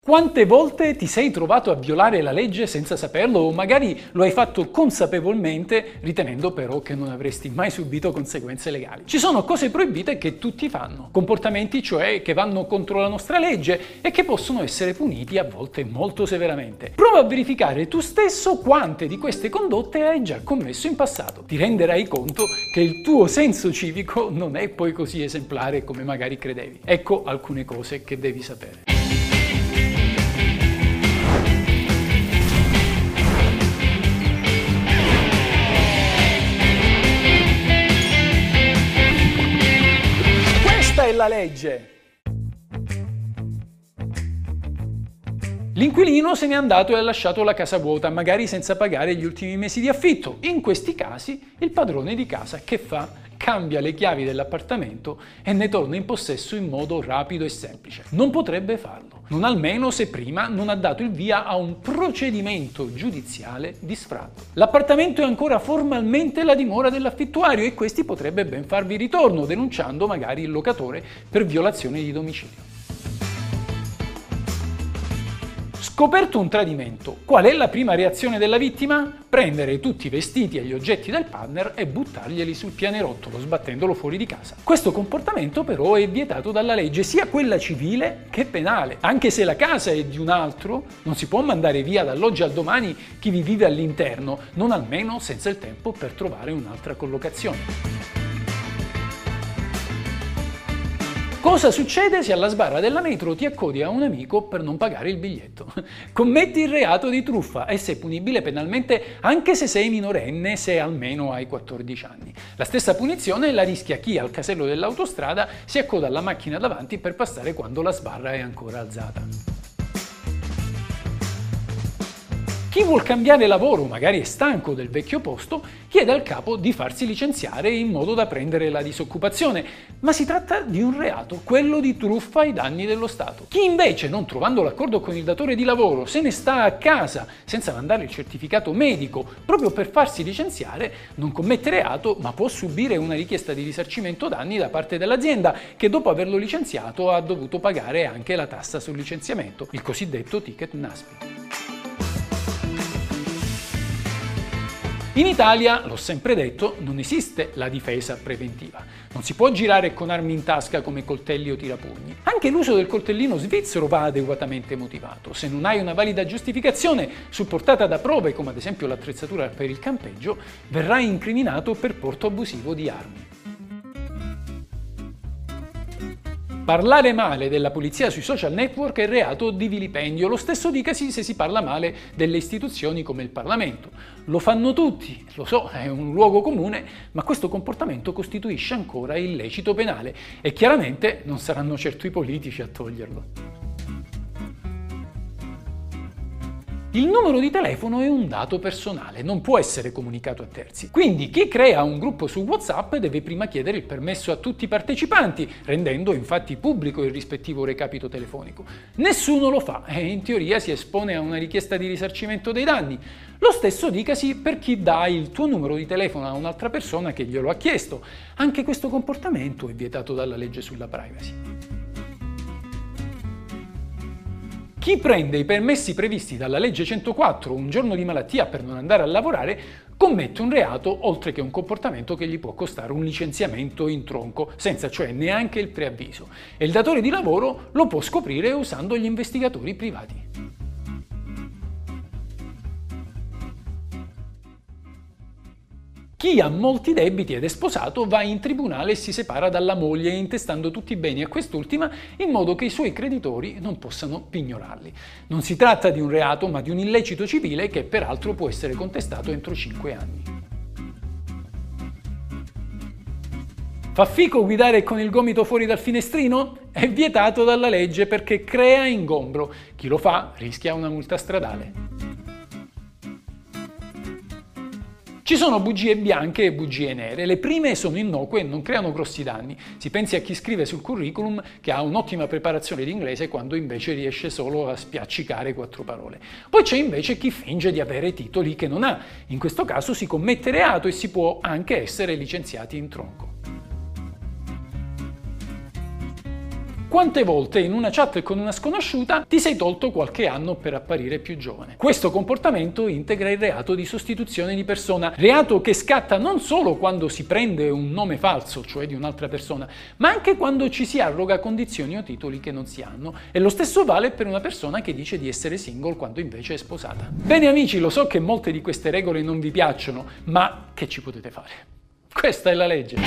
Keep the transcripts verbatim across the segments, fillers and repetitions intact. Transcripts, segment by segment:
Quante volte ti sei trovato a violare la legge senza saperlo o magari lo hai fatto consapevolmente ritenendo però che non avresti mai subito conseguenze legali? Ci sono cose proibite che tutti fanno, comportamenti cioè che vanno contro la nostra legge e che possono essere puniti a volte molto severamente. Prova a verificare tu stesso quante di queste condotte hai già commesso in passato. Ti renderai conto che il tuo senso civico non è poi così esemplare come magari credevi. Ecco alcune cose che devi sapere. È la legge. L'inquilino se n'è andato e ha lasciato la casa vuota, magari senza pagare gli ultimi mesi di affitto. In questi casi il padrone di casa che fa? Cambia le chiavi dell'appartamento e ne torna in possesso in modo rapido e semplice. Non potrebbe farlo, non almeno se prima non ha dato il via a un procedimento giudiziale di sfratto. L'appartamento è ancora formalmente la dimora dell'affittuario e questi potrebbe ben farvi ritorno, denunciando magari il locatore per violazione di domicilio. Scoperto un tradimento, qual è la prima reazione della vittima? Prendere tutti i vestiti e gli oggetti del partner e buttarglieli sul pianerottolo, sbattendolo fuori di casa. Questo comportamento però è vietato dalla legge, sia quella civile che penale. Anche se la casa è di un altro, non si può mandare via dall'oggi al domani chi vi vive all'interno, non almeno senza il tempo per trovare un'altra collocazione. Cosa succede se alla sbarra della metro ti accodi a un amico per non pagare il biglietto? Commetti il reato di truffa e sei punibile penalmente anche se sei minorenne, se almeno hai quattordici anni. La stessa punizione la rischia chi al casello dell'autostrada si accoda alla macchina davanti per passare quando la sbarra è ancora alzata. Chi vuol cambiare lavoro, magari è stanco del vecchio posto, chiede al capo di farsi licenziare in modo da prendere la disoccupazione, ma si tratta di un reato, quello di truffa ai danni dello Stato. Chi invece, non trovando l'accordo con il datore di lavoro, se ne sta a casa senza mandare il certificato medico proprio per farsi licenziare, non commette reato, ma può subire una richiesta di risarcimento danni da parte dell'azienda, che dopo averlo licenziato ha dovuto pagare anche la tassa sul licenziamento, il cosiddetto ticket NASPI. In Italia, l'ho sempre detto, non esiste la difesa preventiva. Non si può girare con armi in tasca come coltelli o tirapugni. Anche l'uso del coltellino svizzero va adeguatamente motivato. Se non hai una valida giustificazione supportata da prove, come ad esempio l'attrezzatura per il campeggio, verrai incriminato per porto abusivo di armi. Parlare male della polizia sui social network è reato di vilipendio, lo stesso dicasi se si parla male delle istituzioni come il Parlamento. Lo fanno tutti, lo so, è un luogo comune, ma questo comportamento costituisce ancora illecito penale e chiaramente non saranno certo i politici a toglierlo. Il numero di telefono è un dato personale, non può essere comunicato a terzi. Quindi chi crea un gruppo su WhatsApp deve prima chiedere il permesso a tutti i partecipanti, rendendo infatti pubblico il rispettivo recapito telefonico. Nessuno lo fa e in teoria si espone a una richiesta di risarcimento dei danni. Lo stesso dicasi per chi dà il tuo numero di telefono a un'altra persona che glielo ha chiesto. Anche questo comportamento è vietato dalla legge sulla privacy. Chi prende i permessi previsti dalla legge centoquattro un giorno di malattia per non andare a lavorare commette un reato oltre che un comportamento che gli può costare un licenziamento in tronco, senza cioè neanche il preavviso. E il datore di lavoro lo può scoprire usando gli investigatori privati. Chi ha molti debiti ed è sposato va in tribunale e si separa dalla moglie intestando tutti i beni a quest'ultima in modo che i suoi creditori non possano pignorarli. Non si tratta di un reato ma di un illecito civile che peraltro può essere contestato entro cinque anni. Fa fico guidare con il gomito fuori dal finestrino? È vietato dalla legge perché crea ingombro. Chi lo fa rischia una multa stradale. Ci sono bugie bianche e bugie nere. Le prime sono innocue e non creano grossi danni. Si pensi a chi scrive sul curriculum che ha un'ottima preparazione di inglese quando invece riesce solo a spiaccicare quattro parole. Poi c'è invece chi finge di avere titoli che non ha. In questo caso si commette reato e si può anche essere licenziati in tronco. Quante volte in una chat con una sconosciuta ti sei tolto qualche anno per apparire più giovane? Questo comportamento integra il reato di sostituzione di persona, reato che scatta non solo quando si prende un nome falso, cioè di un'altra persona, ma anche quando ci si arroga condizioni o titoli che non si hanno. E lo stesso vale per una persona che dice di essere single quando invece è sposata. Bene amici, lo so che molte di queste regole non vi piacciono, ma che ci potete fare? Questa è la legge.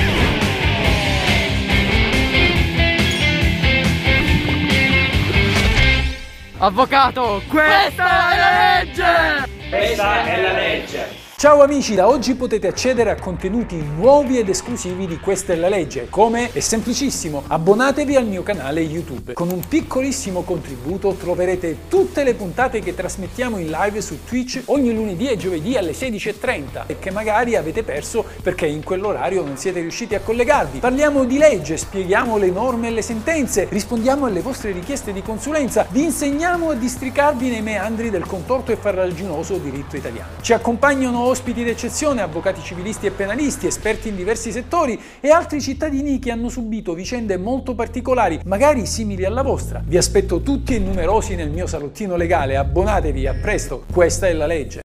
Avvocato, questa è la legge! Questa è la legge! Ciao amici, da oggi potete accedere a contenuti nuovi ed esclusivi di Questa è la legge. Come? È semplicissimo, abbonatevi al mio canale YouTube. Con un piccolissimo contributo troverete tutte le puntate che trasmettiamo in live su Twitch ogni lunedì e giovedì alle sedici e trenta e che magari avete perso perché in quell'orario non siete riusciti a collegarvi. Parliamo di legge, spieghiamo le norme e le sentenze, rispondiamo alle vostre richieste di consulenza, vi insegniamo a districarvi nei meandri del contorto e farraginoso diritto italiano. Ci accompagnano ospiti d'eccezione, avvocati civilisti e penalisti, esperti in diversi settori e altri cittadini che hanno subito vicende molto particolari, magari simili alla vostra. Vi aspetto tutti e numerosi nel mio salottino legale, abbonatevi, a presto, questa è la legge.